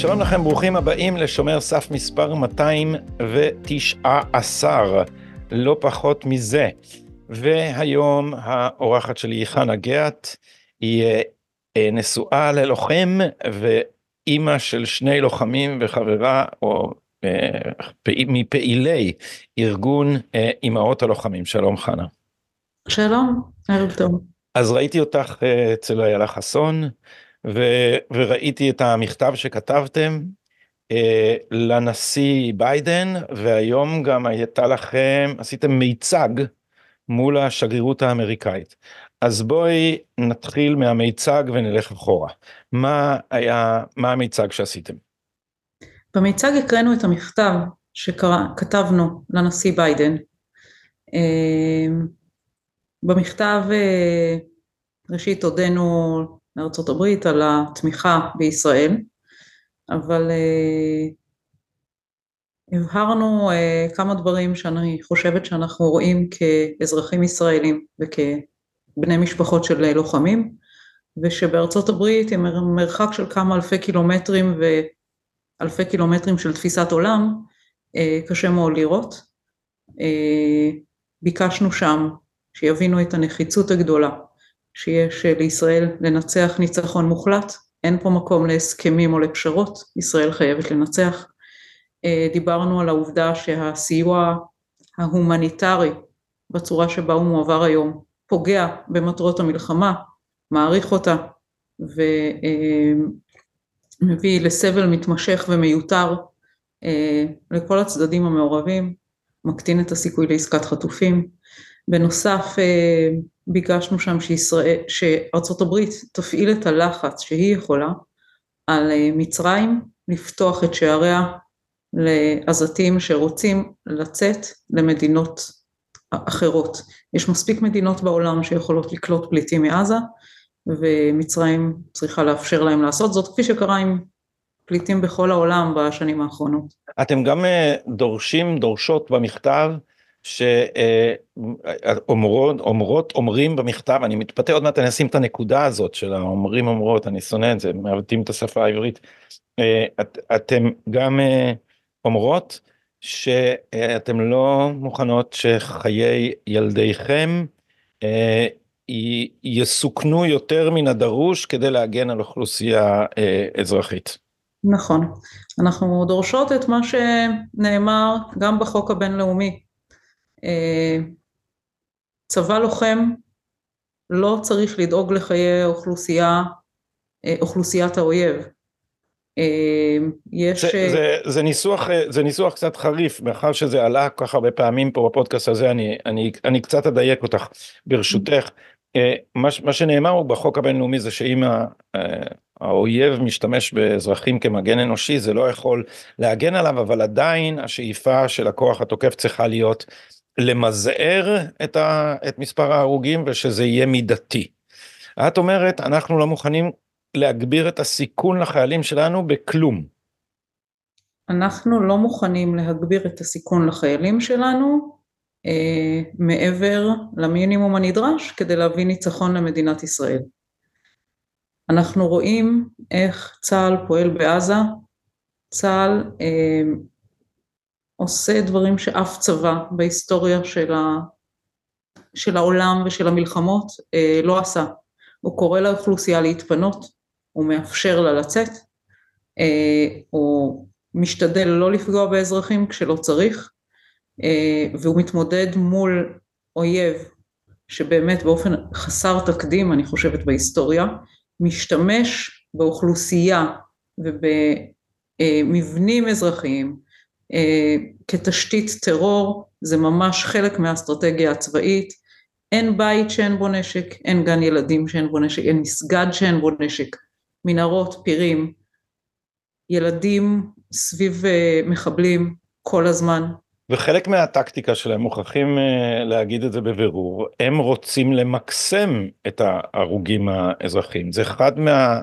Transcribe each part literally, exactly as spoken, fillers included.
שלום לכם, ברוכים הבאים לשומר סף מספר מאתיים ותשע עשרה, לא פחות מזה. והיום האורחת שלי היא חנה גאת, היא נשואה ללוחם ואימא של שני לוחמים וחברה או מפעילי ארגון אימהות הלוחמים. שלום חנה. שלום, ערב טוב. אז ראיתי אותך אצל איילה חסון, ו- וראיתי את המכתב שכתבתם אה, לנשיא ביידן, והיום גם הייתה לכם, עשיתם מיצג מול השגרירות האמריקאית. אז בואי נתחיל מהמיצג ונלך אחורה. מה היה, מה המיצג שעשיתם? במיצג הקראנו את המכתב שכתבנו לנשיא ביידן. במכתב ראשית הודינו לארצות הברית על התמיכה בישראל, אבל הבהרנו כמה דברים שאני חושבת שאנחנו רואים כאזרחים ישראלים וכבני משפחות של לוחמים, ושבארצות הברית עם מרחק של כמה אלפי קילומטרים ואלפי קילומטרים של תפיסת עולם, קשה מאוד לראות. ביקשנו שם שיבינו את הנחיצות הגדולה שיש לישראל לנצח ניצחון מוחלט, אין פה מקום להסכמים או לפשרות, ישראל חייבת לנצח. דיברנו על העובדה שהסיוע ההומניטרי בצורה שבה הוא מועבר היום פוגע במטרות המלחמה, מעריך אותה ומביא לסבל מתמשך ומיותר לכל הצדדים המעורבים, מקטין את הסיכוי לעסקת חטופים. בנוסף ביקשנו שם שישראל, שארצות הברית תפעיל את הלחץ שהיא יכולה על מצרים לפתוח את שעריה לעזתים שרוצים לצאת למדינות אחרות. יש מספיק מדינות בעולם שיכולות לקלוט פליטים מעזה, ומצרים צריכה לאפשר להם לעשות זאת, כפי שקרה עם פליטים בכל העולם בשנים האחרונות. אתם גם דורשים, דורשות במכתב, שאומרות, אומרות, אומרים במכתב, אני מתפתה עוד מעט, אני אשים את הנקודה הזאת של האומרים, אומרות, אני שונא את זה, מעוותים את השפה העברית. את, אתם גם אומרות שאתם לא מוכנות שחיי ילדיכם יסוכנו יותר מן הדרוש כדי להגן על אוכלוסייה אזרחית. נכון, אנחנו דורשות את מה שנאמר גם בחוק הבינלאומי. צבא לוחם לא צריך לדאוג לחיי אוכלוסייה, אוכלוסיית האויב. יש... זה, זה, זה ניסוח, זה ניסוח קצת חריף, מאחר שזה עלה ככה הרבה פעמים פה בפודקאסט הזה, אני, אני, אני קצת אדייק אותך ברשותך. מה, מה שנאמר הוא בחוק הבינלאומי זה שאם האויב משתמש באזרחים כמגן אנושי, זה לא יכול להגן עליו, אבל עדיין השאיפה של הכוח התוקף צריכה להיות למזער את, ה, את מספר ההרוגים ושזה יהיה מידתי. את אומרת, אנחנו לא מוכנים להגביר את הסיכון לחיילים שלנו בכלום. אנחנו לא מוכנים להגביר את הסיכון לחיילים שלנו אה, מעבר למינימום הנדרש כדי להביא ניצחון למדינת ישראל. אנחנו רואים איך צה"ל פועל בעזה, צה"ל אה, עושה דברים שאף צבא בהיסטוריה של, ה, של העולם ושל המלחמות אה, לא עשה. הוא קורא לאוכלוסייה להתפנות, הוא מאפשר לה לצאת, אה, הוא משתדל לא לפגוע באזרחים כשלא צריך, אה, והוא מתמודד מול אויב שבאמת באופן חסר תקדים, אני חושבת בהיסטוריה, משתמש באוכלוסייה ובמבנים אזרחיים אה, כתשתית טרור. זה ממש חלק מהאסטרטגיה הצבאית. אין בית שאין בו נשק, אין גן ילדים שאין בו נשק, אין מסגד שאין בו נשק, מנהרות, פירים, ילדים סביב מחבלים כל הזמן. וחלק מהטקטיקה שלהם, מוכרחים להגיד את זה בבירור, הם רוצים למקסם את ההרוגים האזרחים. זה אחד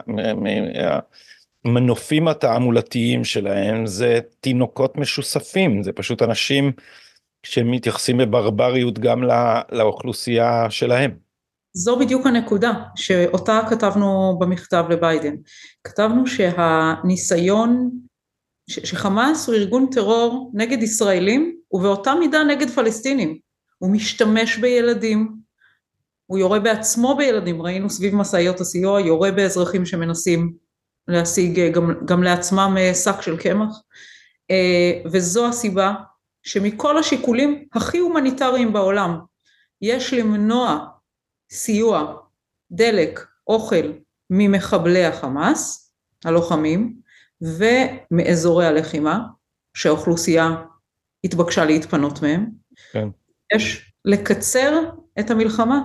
מהמנופים התעמולתיים שלהם, זה תינוקות משוספים, זה פשוט אנשים שמתייחסים בברבריות גם לא, לאוכלוסייה שלהם. זו בדיוק הנקודה שאותה כתבנו במכתב לביידן. כתבנו שהניסיון, שחמאס הוא ארגון טרור נגד ישראלים, ובאותה מידה נגד פלסטינים. הוא משתמש בילדים, הוא יורה בעצמו בילדים, ראינו סביב מסעיות הסיוע, יורה באזרחים שמנסים להשיג גם, גם לעצמם שק של קמח, וזו הסיבה שמכל השיקולים הכי הומניטריים בעולם, יש למנוע סיוע, דלק, אוכל ממחבלי החמאס, הלוחמים, ומאזורי הלחימה, שהאוכלוסייה התבקשה להתפנות מהם. כן. יש לקצר את המלחמה,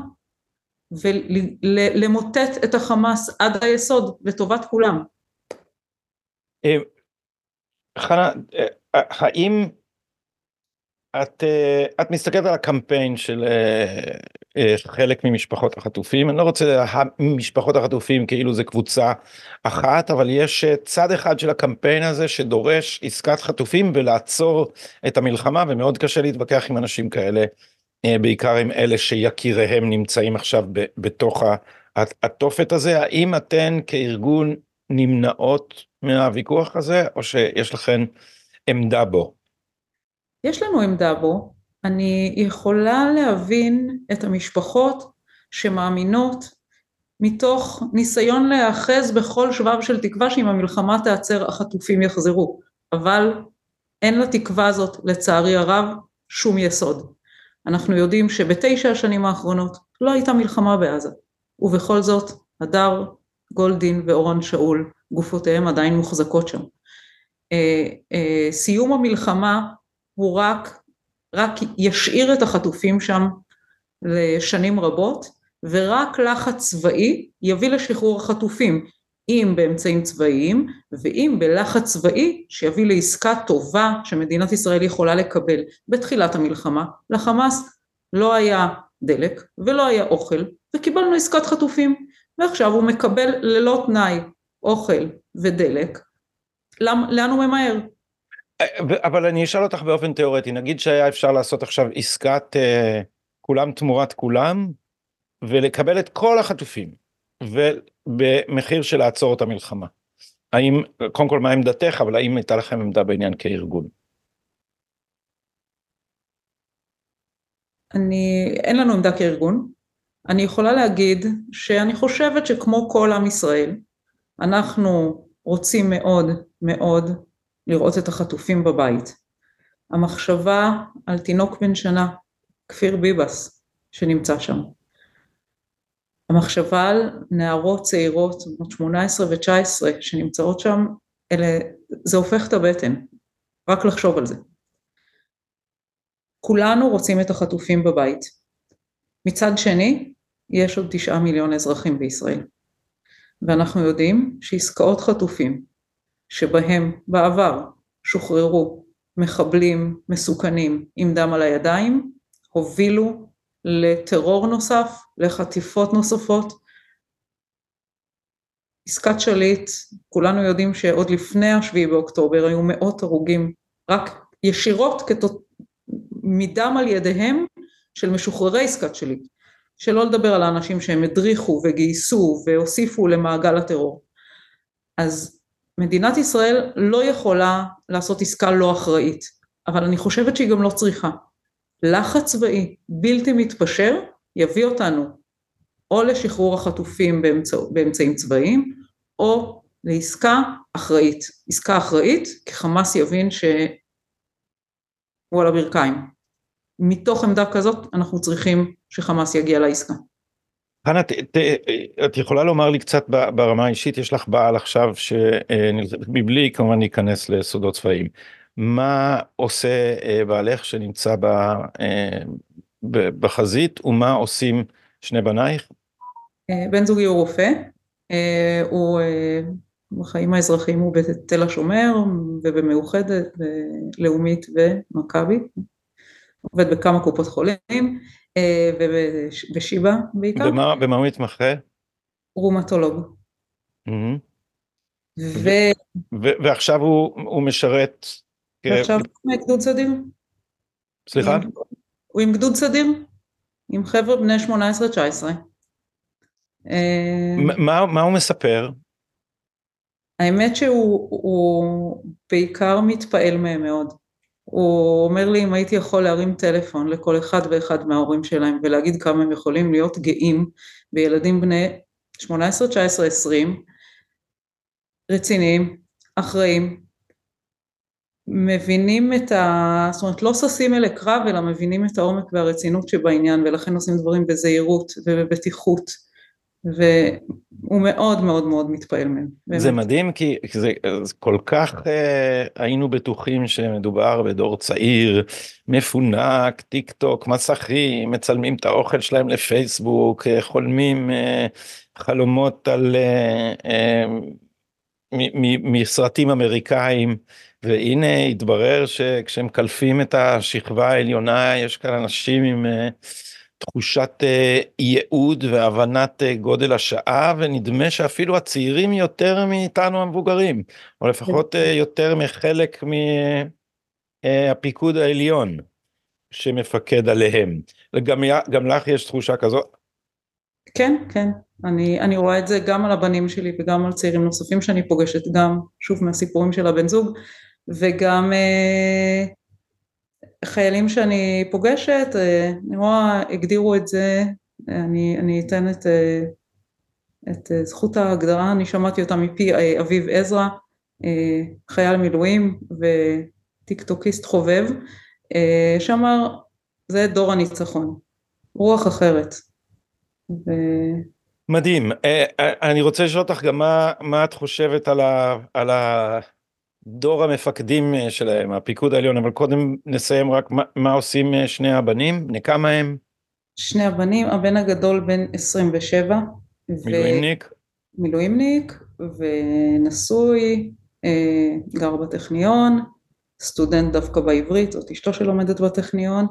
ולמוטט את החמאס עד היסוד, לטובת כולם. חנה, האם את, את מסתכלת על הקמפיין של חלק ממשפחות החטופים, אני לא רוצה משפחות החטופים כאילו זה קבוצה אחת, אבל יש צד אחד של הקמפיין הזה שדורש עסקת חטופים ולעצור את המלחמה, ומאוד קשה להתווכח עם אנשים כאלה, בעיקר עם אלה שיקיריהם נמצאים עכשיו בתוך התופת הזה. האם אתן כארגון נמנעות מהוויכוח הזה, או שיש לכן עמדה בו? יש לנו עמדה בו. אני יכולה להבין את המשפחות שמאמינות מתוך ניסיון להאחז בכל שבב של תקווה שאם המלחמה תעצר החטופים יחזרו, אבל אין לתקווה הזאת לצערי הרב שום יסוד. אנחנו יודעים שבתשע השנים האחרונות לא הייתה מלחמה בעזה, ובכל זאת הדר, גולדין ואורון שאול, גופותיהם עדיין מוחזקות שם. סיום המלחמה הוא רק, רק ישאיר את החטופים שם לשנים רבות, ורק לחץ צבאי יביא לשחרור החטופים, אם באמצעים צבאיים, ואם בלחץ צבאי שיביא לעסקה טובה שמדינת ישראל יכולה לקבל בתחילת המלחמה. לחמאס לא היה דלק ולא היה אוכל, וקיבלנו עסקת חטופים, ועכשיו הוא מקבל ללא תנאי אוכל ודלק. לאן הוא ממהר? אבל אני אשאל אותך באופן תיאורטי, נגיד שהיה אפשר לעשות עכשיו עסקת uh, כולם תמורת כולם, ולקבל את כל החטופים, ובמחיר של לעצור את המלחמה. האם, קודם כל מה עמדתך, אבל האם הייתה לכם עמדה בעניין כארגון? אני, אין לנו עמדה כארגון. אני יכולה להגיד שאני חושבת שכמו כל עם ישראל, אנחנו רוצים מאוד מאוד לראות את החטופים בבית. המחשבה על תינוק בן שנה, כפיר ביבס, שנמצא שם. המחשבה על נערות צעירות, שמונה עשרה ותשע עשרה, שנמצאות שם, אלה, זה הופך את הבטן, רק לחשוב על זה. כולנו רוצים את החטופים בבית. מצד שני, יש עוד תשעה מיליון אזרחים בישראל. ואנחנו יודעים שעסקאות חטופים, שבהם בעבר שוחררו מחבלים מסוכנים עם דם על הידיים, הובילו לטרור נוסף, לחטיפות נוספות. עסקת שליט, כולנו יודעים שעוד לפני השביעי באוקטובר היו מאות הרוגים, רק ישירות כתות, מדם על ידיהם של משוחררי עסקת שליט, שלא לדבר על האנשים שהם הדריכו וגייסו והוסיפו למעגל הטרור. אז מדינת ישראל לא יכולה לעשות עסקה לא אחראית, אבל אני חושבת שהיא גם לא צריכה. לחץ צבאי בלתי מתפשר יביא אותנו או לשחרור החטופים באמצע, באמצעים צבאיים, או לעסקה אחראית. עסקה אחראית, כי חמאס יבין שהוא על הברכיים. מתוך עמדה כזאת אנחנו צריכים שחמאס יגיע לעסקה. חנה, את יכולה לומר לי קצת ברמה האישית, יש לך בעל עכשיו שמבלי כמובן להיכנס לסודות צבאיים, מה עושה בעלך שנמצא בחזית, ומה עושים שני בנייך? בן זוגי הוא רופא, הוא בחיים האזרחיים הוא בתל השומר, ובמאוחדת, לאומית ומכבי, עובד בכמה קופות חולים, ובשיבה בעיקר. במה, במה הוא מתמחה? רומטולוג. Mm-hmm. ו... ו... ועכשיו הוא, הוא משרת... ועכשיו הוא עם גדוד סדיר. סליחה? הוא עם גדוד סדיר, עם חבר'ה בני שמונה עשרה תשע עשרה. מה, מה הוא מספר? האמת שהוא הוא בעיקר מתפעל מהם מאוד. הוא אומר לי אם הייתי יכול להרים טלפון לכל אחד ואחד מההורים שלהם ולהגיד כמה הם יכולים להיות גאים בילדים בני שמונה עשרה, תשע עשרה, עשרים, רציניים, אחראים, מבינים את ה... זאת אומרת לא ששים אלי קרב אלא מבינים את העומק והרצינות שבעניין ולכן עושים דברים בזהירות ובבטיחות והוא מאוד מאוד מאוד מתפעל מהם. זה מדהים כי זה, זה כל כך אה, היינו בטוחים שמדובר בדור צעיר, מפונק, טיק טוק, מסכים, מצלמים את האוכל שלהם לפייסבוק, אה, חולמים אה, חלומות על אה, אה, מסרטים אמריקאים, והנה התברר שכשהם קלפים את השכבה העליונה יש כאן אנשים עם uh, תחושת uh, ייעוד והבנת uh, גודל השעה, ונדמה שאפילו הצעירים יותר מאיתנו המבוגרים, או לפחות uh, יותר מחלק מהפיקוד העליון שמפקד עליהם. גם, גם לך יש תחושה כזו? כן, כן. אני, אני רואה את זה גם על הבנים שלי וגם על צעירים נוספים שאני פוגשת, גם שוב מהסיפורים של הבן זוג, וגם אה, חיילים שאני פוגשת, אה, אני רואה, הגדירו את זה, אני, אני אתן את, אה, את אה, זכות ההגדרה, אני שמעתי אותה מפי אה, אביב עזרא, אה, חייל מילואים וטיקטוקיסט חובב, אה, שאמר, זה דור הניצחון, רוח אחרת. ו... מדהים. אני רוצה לשאול אותך גם מה, מה את חושבת על, ה, על הדור המפקדים שלהם, הפיקוד העליון, אבל קודם נסיים רק מה, מה עושים שני הבנים, בני כמה הם? שני הבנים, הבן הגדול בן עשרים ושבע. מילואימניק? ו... מילואימניק, ונשוי, גר בטכניון, סטודנט דווקא בעברית, זאת אשתו שלומדת בטכניון,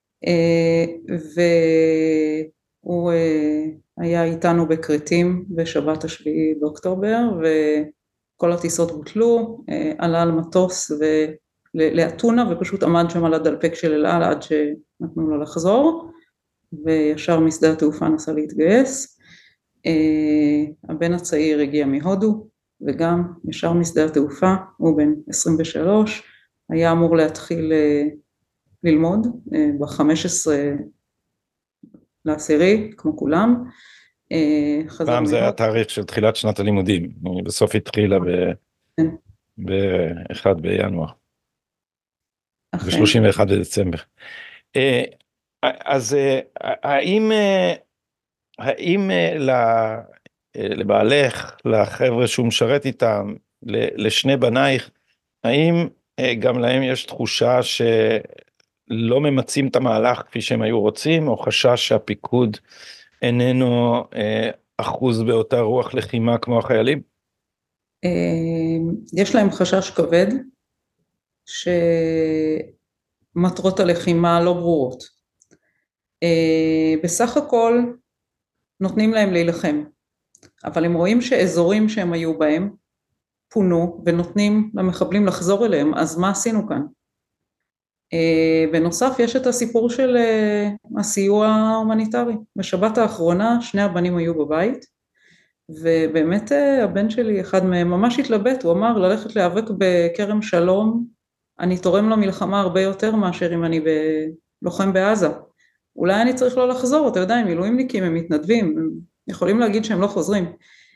והוא היה איתנו בקריטים בשבת השביעי באוקטובר, וכל הטיסות בוטלו, עלה על מטוס לאתונה, ופשוט עמד שם על הדלפק של אל על עד שנתנו לו לחזור, וישר משדה התעופה נסע להתגייס. הבן הצעיר הגיע מהודו, וגם ישר משדה התעופה, הוא בן עשרים ושלוש, היה אמור להתחיל ללמוד ב-חמישה עשר לעשירי, כמו כולם. פעם זה היה תאריך של תחילת שנת הלימודים, בסוף התחילה ב-אחד בינואר, ב-שלושים ואחד בדצמבר. אז האם, האם לבעלך, לחבר'ה שהוא משרת איתם, לשני בנייך, האם גם להם יש תחושה ש... לא ממצים את המהלך כפי שהם היו רוצים, או חשש שהפיקוד איננו אה, אחוז באותה רוח לחימה כמו החיילים? יש להם חשש כבד, שמטרות הלחימה לא ברורות. בסך הכל נותנים להם להילחם, אבל הם רואים שאזורים שהם היו בהם פונו, ונותנים למחבלים לחזור אליהם, אז מה עשינו כאן? בנוסף יש את הסיפור של הסיוע ההומניטרי. בשבת האחרונה שני הבנים היו בבית, ובאמת הבן שלי אחד מהם ממש התלבט, הוא אמר ללכת להיאבק בכרם שלום, אני תורם למלחמה הרבה יותר מאשר אם אני לוחם בעזה. אולי אני צריך לא לחזור, אתה יודע, הם מילואימניקים, הם מתנדבים, הם יכולים להגיד שהם לא חוזרים.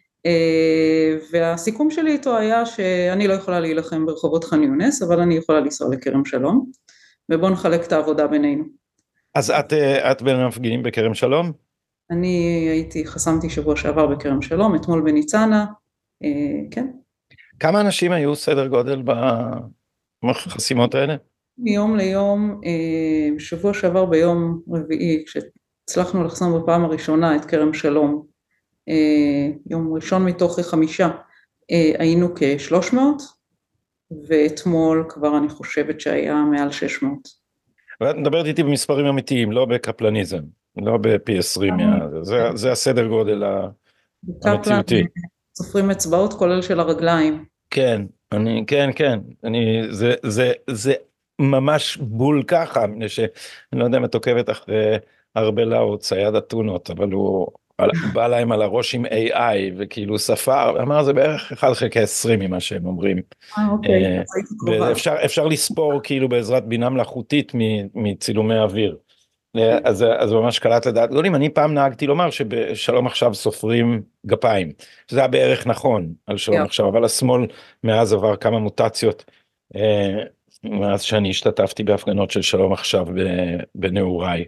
והסיכום שלי איתו היה שאני לא יכולה להילחם ברחובות ח'אן יונס, אבל אני יכולה לנסוע לכרם שלום. ובואו נחלק את העבודה בינינו. אז את, את בין המפגינים בכרם שלום? אני הייתי, חסמתי שבוע שעבר בכרם שלום, אתמול בניצנה, אה, כן. כמה אנשים היו סדר גודל בחסימות האלה? מיום ליום, אה, שבוע שעבר ביום רביעי, כשהצלחנו לחסום בפעם הראשונה את כרם שלום, אה, יום ראשון מתוך חמישה, אה, היינו כ-שלוש מאות, ואתמול כבר אני חושבת שהיה מעל שש מאות. ואת מדברת איתי במספרים אמיתיים, לא בקפלניזם, לא בפי עשרים, זה, זה הסדר גודל המציאותי. סופרים אצבעות כולל של הרגליים. כן, אני, כן, כן, אני, זה, זה, זה ממש בול ככה, מפני שאני לא יודע אם את עוקבת אחרי ארבלה או צייד אתונות, אבל הוא, בא להם על הראש עם איי איי, וכאילו ספר, אמר זה בערך אחד חלקי עשרים ממה שהם אומרים. אה, אוקיי, אז הייתי קרובה. אפשר, אפשר לספור כאילו בעזרת בינה מלאכותית מצילומי אוויר. אז, אז ממש קלט לדעת גדולים. אני פעם נהגתי לומר שבשלום עכשיו סופרים גפיים, שזה היה בערך נכון על שלום עכשיו, אבל השמאל מאז עבר כמה מוטציות, מאז שאני השתתפתי בהפגנות של שלום עכשיו בנעוריי.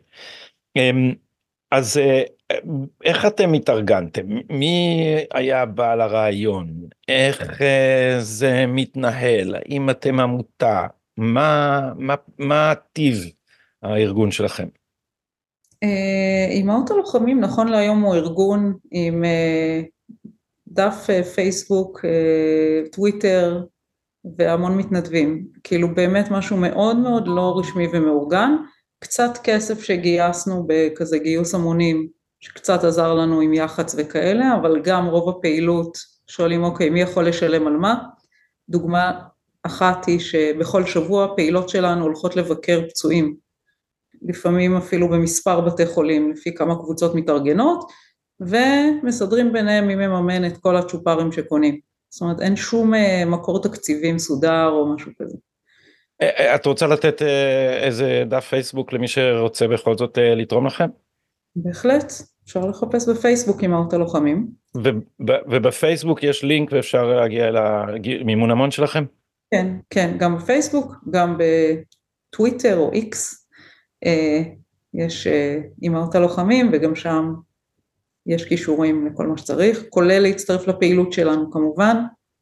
אז איך אתם התארגנתם? מי היה בעל הרעיון? איך זה מתנהל? האם אתם עמותה? מה, מה, מה טיב הארגון שלכם? אימהות הלוחמים נכון להיום הוא ארגון עם דף פייסבוק, טוויטר והמון מתנדבים, כאילו באמת משהו מאוד מאוד לא רשמי ומאורגן, קצת כסף שגייסנו בכזה גיוס המונים שקצת עזר לנו עם יח"צ וכאלה, אבל גם רוב הפעילות שואלים אוקיי מי יכול לשלם על מה. דוגמה אחת היא שבכל שבוע פעילות שלנו הולכות לבקר פצועים, לפעמים אפילו במספר בתי חולים לפי כמה קבוצות מתארגנות, ומסדרים ביניהם מי מממן את כל הצ'ופרים שקונים. זאת אומרת אין שום מקור תקציבי מסודר או משהו כזה. את רוצה לתת איזה דף פייסבוק למי שרוצה בכל זאת לתרום לכם? בהחלט, אפשר לחפש בפייסבוק אימהות הלוחמים. ובפייסבוק יש לינק ואפשר להגיע למימון המון שלכם? כן, כן, גם בפייסבוק, גם בטוויטר או איקס, יש אימהות הלוחמים וגם שם יש קישורים לכל מה שצריך, כולל להצטרף לפעילות שלנו כמובן.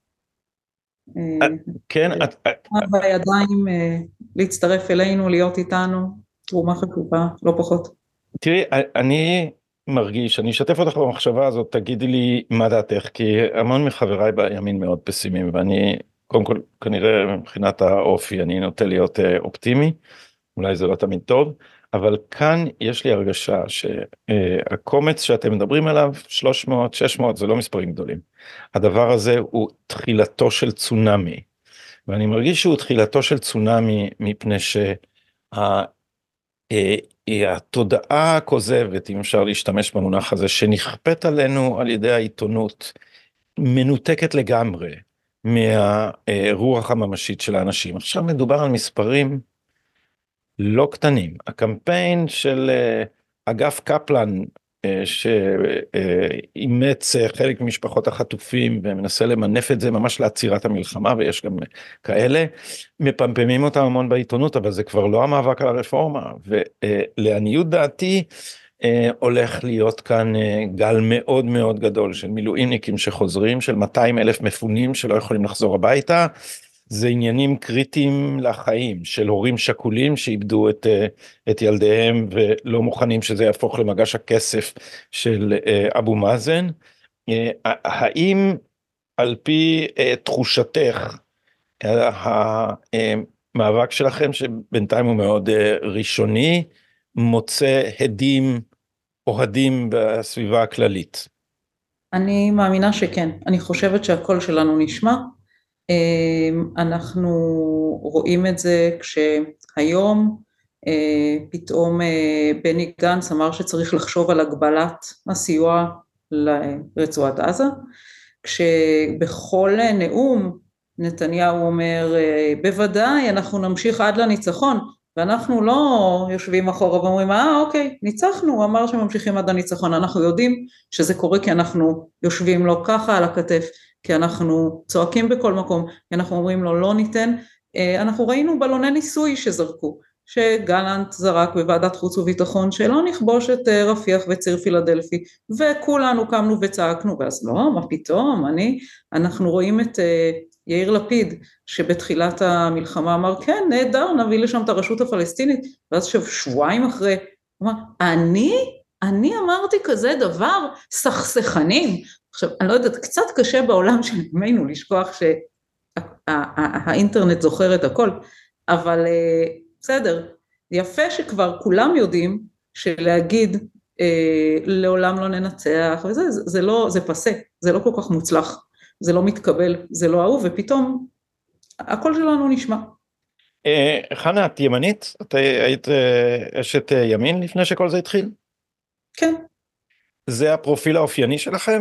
כן. בידיים להצטרף אלינו, להיות איתנו, תרומה חשובה, לא פחות. תראי, אני מרגיש, אני אשתף אותך במחשבה הזאת, תגידי לי מה דעתך, כי המון מחבריי בימין מאוד פסימיים, ואני קודם כל כנראה מבחינת האופי אני נוטה להיות אופטימי, אולי זה לא תמיד טוב, אבל כאן יש לי הרגשה שהקומץ שאתם מדברים עליו, שלוש מאות, שש מאות, זה לא מספרים גדולים. הדבר הזה הוא תחילתו של צונאמי, ואני מרגיש שהוא תחילתו של צונאמי מפני שהתודעה הכוזבת, אם אפשר להשתמש במונח הזה, שנכפת עלינו על ידי העיתונות, מנותקת לגמרי מהרוח הממשית של האנשים. עכשיו מדובר על מספרים לא קטנים. הקמפיין של אגף קפלן שאימץ חלק ממשפחות החטופים ומנסה למנף את זה ממש לעצירת המלחמה, ויש גם כאלה, מפמפמים אותם המון בעיתונות, אבל זה כבר לא המאבק על הרפורמה, ולעניות דעתי הולך להיות כאן גל מאוד מאוד גדול של מילואימניקים שחוזרים, של מאתיים אלף מפונים שלא יכולים לחזור הביתה, זה עניינים קריטיים לחיים של הורים שכולים שאיבדו את, את ילדיהם ולא מוכנים שזה יהפוך למגש הכסף של אבו מאזן. האם על פי תחושתך המאבק שלכם שבינתיים הוא מאוד ראשוני מוצא הדים אוהדים בסביבה הכללית? אני מאמינה שכן, אני חושבת שהקול שלנו נשמע, אנחנו רואים את זה כשהיום פתאום בני גנץ אמר שצריך לחשוב על הגבלת הסיוע לרצועת עזה, כשבכל נאום נתניהו אומר בוודאי אנחנו נמשיך עד לניצחון, ואנחנו לא יושבים אחורה ואומרים אה אוקיי ניצחנו, הוא אמר שממשיכים עד הניצחון, אנחנו יודעים שזה קורה כי אנחנו יושבים לו ככה על הכתף, כי אנחנו צועקים בכל מקום, כי אנחנו אומרים לו לא ניתן, אנחנו ראינו בלוני ניסוי שזרקו, שגלנט זרק בוועדת חוץ וביטחון שלא נכבוש את רפיח וציר פילדלפי, וכולנו קמנו וצעקנו, ואז לא, מה פתאום, אני, אנחנו רואים את יאיר לפיד, שבתחילת המלחמה אמר, כן, נהדר, נביא לשם את הרשות הפלסטינית, ואז שבועיים אחרי, הוא אמר, אני, אני אמרתי כזה דבר, סכסכנים, עכשיו, אני לא יודעת, קצת קשה בעולם של ימינו לשכוח שהאינטרנט זוכר את הכל, אבל בסדר, יפה שכבר כולם יודעים שלהגיד לעולם לא ננצח, וזה זה לא, זה פסה, זה לא כל כך מוצלח, זה לא מתקבל, זה לא אהוב, ופתאום הקול שלנו נשמע. חנה, את ימנית? את היית אשת ימין לפני שכל זה התחיל? כן. זה הפרופיל האופייני שלכם?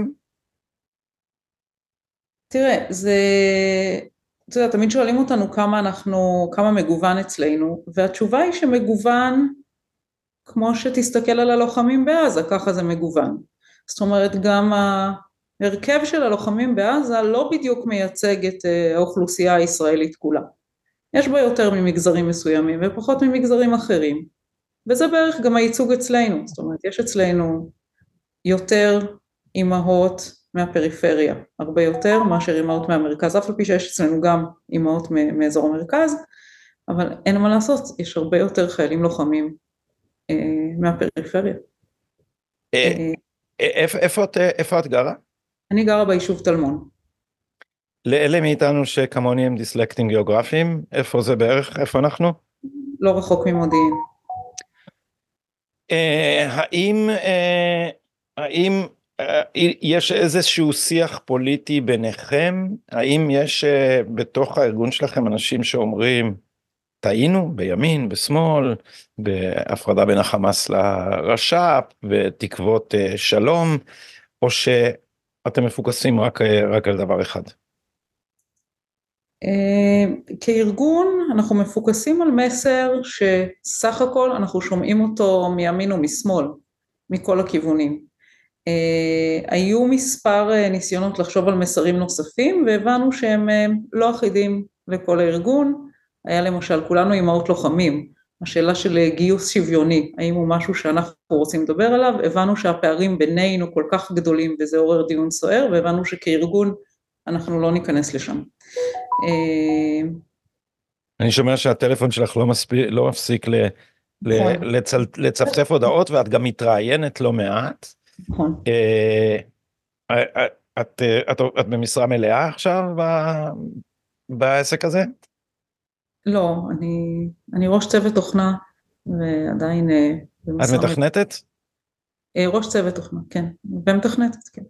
תראה, זה, אתה יודע, תמיד שואלים אותנו כמה אנחנו, כמה מגוון אצלנו, והתשובה היא שמגוון, כמו שתסתכל על הלוחמים בעזה, ככה זה מגוון. זאת אומרת, גם ההרכב של הלוחמים בעזה לא בדיוק מייצג את האוכלוסייה הישראלית כולה. יש בה יותר ממגזרים מסוימים ופחות ממגזרים אחרים, וזה בערך גם הייצוג אצלנו. זאת אומרת, יש אצלנו יותר אימהות מהפריפריה, הרבה יותר מאשר אימהות מהמרכז, אף על פי שיש אצלנו גם אימהות מאזור המרכז, אבל אין מה לעשות, יש הרבה יותר חיילים לוחמים אה, מהפריפריה. אה, אה, איפה, איפה, את, איפה את גרה? אני גרה ביישוב תלמון. לאלה מאיתנו שכמוני הם דיסלקטים גיאוגרפיים, איפה זה בערך, איפה אנחנו? לא רחוק ממודיעין. אה, האם, אה, האם אה, יש איזשהו שיח פוליטי ביניכם? האם יש אה, בתוך הארגון שלכם אנשים שאומרים, טעינו בימין, בשמאל, בהפרדה בין החמאס לרש"פ, בתקוות אה, שלום, או שאתם מפוקסים רק, אה, רק על דבר אחד? כארגון אנחנו מפוקסים על מסר שסך הכל אנחנו שומעים אותו מימין ומשמאל, מכל הכיוונים. היו מספר ניסיונות לחשוב על מסרים נוספים, והבנו שהם לא אחידים לכל הארגון. היה למשל, כולנו אימהות לוחמים, השאלה של גיוס שוויוני, האם הוא משהו שאנחנו רוצים לדבר עליו, הבנו שהפערים בינינו כל כך גדולים, וזה עורר דיון סוער, והבנו שכארגון אנחנו לא ניכנס לשם. אני שומע שהטלפון שלך לא מספיק, לא מפסיק ל, ל, לצל, לצפצף הודעות, ואת גם מתראיינת לא מעט. נכון. את, את, את, את במשרה מלאה עכשיו ב, בעסק הזה? לא, אני, אני ראש צוות תוכנה, ועדיין את מתכנתת? ראש צוות תוכנה, כן, ומתכנתת, כן.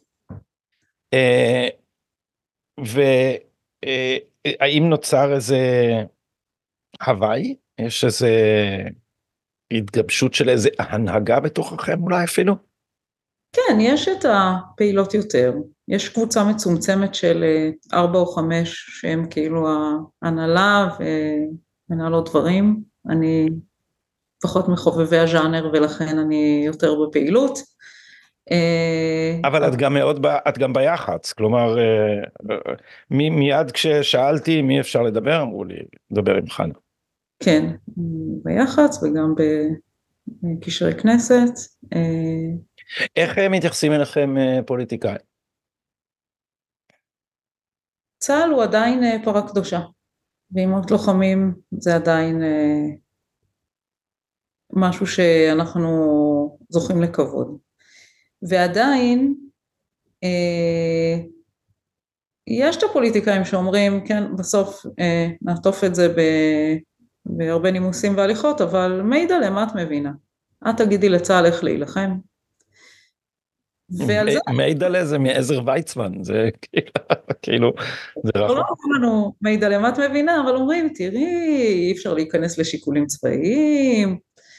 והאם נוצר איזה הוואי? יש איזה התגבשות של איזה הנהגה בתוככם אולי אפילו? כן, יש את הפעילות יותר. יש קבוצה מצומצמת של ארבע או חמש שהם כאילו ההנהלה ומנהלות דברים. אני פחות מחובבי הז'אנר ולכן אני יותר בפעילות. אבל את גם מאוד, את גם ביח"צ, כלומר, מיד כששאלתי מי אפשר לדבר, אמרו לי, לדבר עם חנה. כן, ביח"צ וגם בקשרי כנסת. איך מתייחסים אליכם פוליטיקאים? צה"ל הוא עדיין פרה קדושה, ואימהות לוחמים זה עדיין משהו שאנחנו זוכים לכבוד. ועדיין, יש את הפוליטיקאים שאומרים, כן, בסוף נעטוף את זה בהרבה נימוסים והליכות, אבל מידע למה את מבינה? את תגידי לצה"ל איך להילחם. מידע לזה מעזר ויצמן, זה כאילו, זה רחוק. לא אומרים לנו מידע למה את מבינה, אבל אומרים, תראי, אי אפשר להיכנס לשיקולים צבאיים,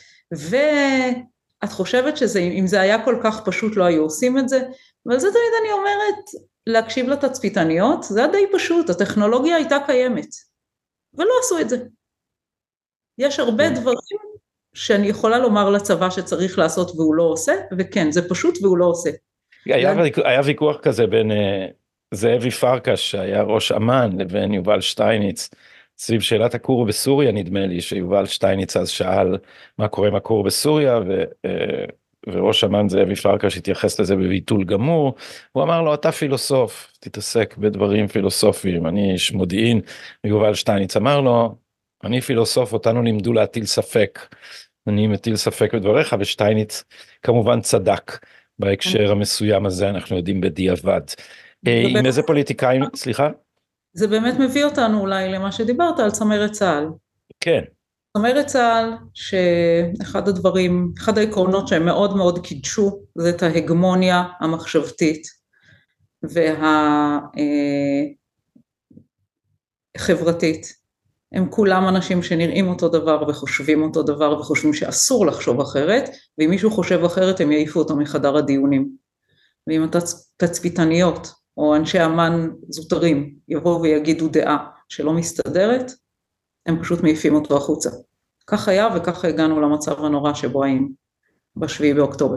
ואת חושבת שאם זה היה כל כך פשוט לא היו עושים את זה, אבל זה תמיד אני אומרת, להקשיב לתצפיתניות, זה היה די פשוט, הטכנולוגיה הייתה קיימת, ולא עשו את זה. יש הרבה דברים שאני יכולה לומר לצבא שצריך לעשות והוא לא עושה, וכן, זה פשוט והוא לא עושה. היה ויכוח כזה בין זאבי פרקש, שהיה ראש אמ"ן, לבין יובל שטייניץ, סביב שאלת הכור בסוריה, נדמה לי, שיובל שטייניץ אז שאל מה קורה עם הכור בסוריה, ו... וראש אמ"ן זאבי פרקש התייחס לזה בביטול גמור, הוא אמר לו, אתה פילוסוף, תתעסק בדברים פילוסופיים, אני איש מודיעין, ויובל שטייניץ אמר לו, אני פילוסוף, אותנו לימדו להטיל ספק, אני מטיל ספק בדבריך, ושטייניץ כמובן צדק, בהקשר המסוים הזה אנחנו יודעים בדיעבד. עם איזה פוליטיקאים, סליחה? זה באמת מביא אותנו אולי למה שדיברת על צמרת צה"ל. כן. צמרת צה"ל, שאחד הדברים, אחד העקרונות שהם מאוד מאוד קידשו, זה את ההגמוניה המחשבתית והחברתית הם כולם אנשים שנראים אותו דבר וחושבים אותו דבר וחושבים שאסור לחשוב אחרת, ואם מישהו חושב אחרת הם יעיפו אותו מחדר הדיונים. ואם התצפיתניות או אנשי אמן זוטרים יבואו ויגידו דעה שלא מסתדרת, הם פשוט מעיפים אותו החוצה. כך היה וככה הגענו למצב הנורא שבו היינו בשביעי באוקטובר.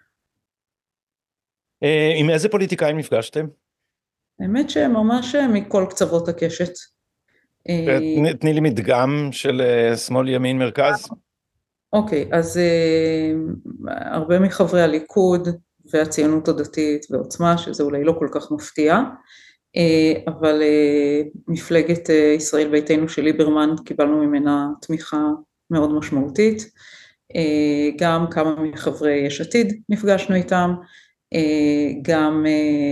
עם איזה פוליטיקאים נפגשתם? האמת שממש מכל קצוות הקשת. תני לי מדגם של שמאל ימין מרכז. אוקיי, אז הרבה מחברי הליכוד והציונות הדתית ועוצמה, שזה אולי לא כל כך מפתיע, אבל מפלגת ישראל ביתנו של ליברמן, קיבלנו ממנה תמיכה מאוד משמעותית, גם כמה מחברי יש עתיד נפגשנו איתם, גם...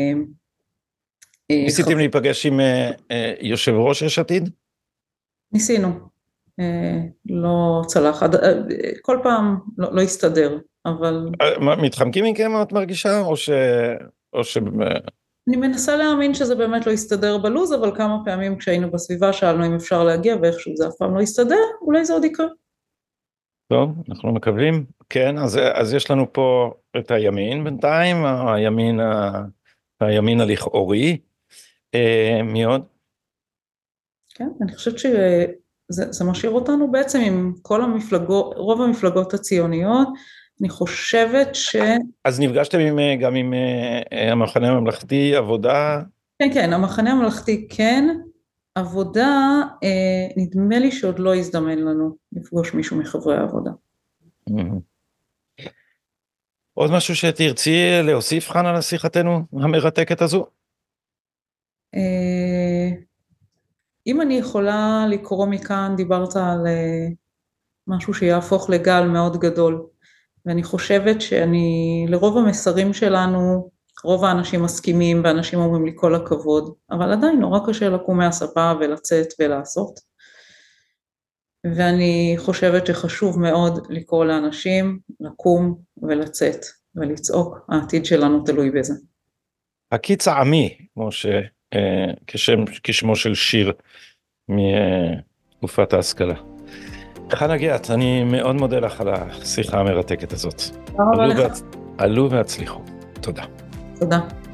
ניסיתם להיפגש עם יושב ראש יש עתיד? ניסינו, לא צלח, כל פעם לא הסתדר, אבל... מתחמקים מכם את מרגישה או ש... או ש... אני מנסה להאמין שזה באמת לא יסתדר בלוז, אבל כמה פעמים כשהיינו בסביבה שאלנו אם אפשר להגיע ואיכשהו זה אף פעם לא יסתדר, אולי זה עוד יקרה. טוב, אנחנו מקווים. כן, אז, אז יש לנו פה את הימין בינתיים, הימין, ה... הימין הלכאורי. אה, מי עוד? כן, אני חושבת שזה זה משאיר אותנו בעצם עם כל המפלגות, רוב המפלגות הציוניות, אני חושבת ש... אז נפגשתם עם, גם עם המחנה הממלכתי, עבודה? כן, כן, המחנה הממלכתי כן, עבודה, נדמה לי שעוד לא הזדמן לנו לפגוש מישהו מחברי העבודה. עוד משהו שתרצי להוסיף חנה לשיחתנו המרתקת הזו? אם אני יכולה לקרוא מכאן, דיברת על משהו שיהפוך לגל מאוד גדול, ואני חושבת שאני, לרוב המסרים שלנו, רוב האנשים מסכימים, ואנשים אומרים לי כל הכבוד, אבל עדיין נורא קשה לקום מהספה ולצאת ולעשות. ואני חושבת שחשוב מאוד לקרוא לאנשים, לקום ולצאת ולצעוק, העתיד שלנו תלוי בזה. הקיץ העמי, כמו ש... כשם, כשמו של שיר מתקופת ההשכלה. חנה גיאת, אני מאוד מודה לך על השיחה המרתקת הזאת. עלו והצליחו. תודה. תודה.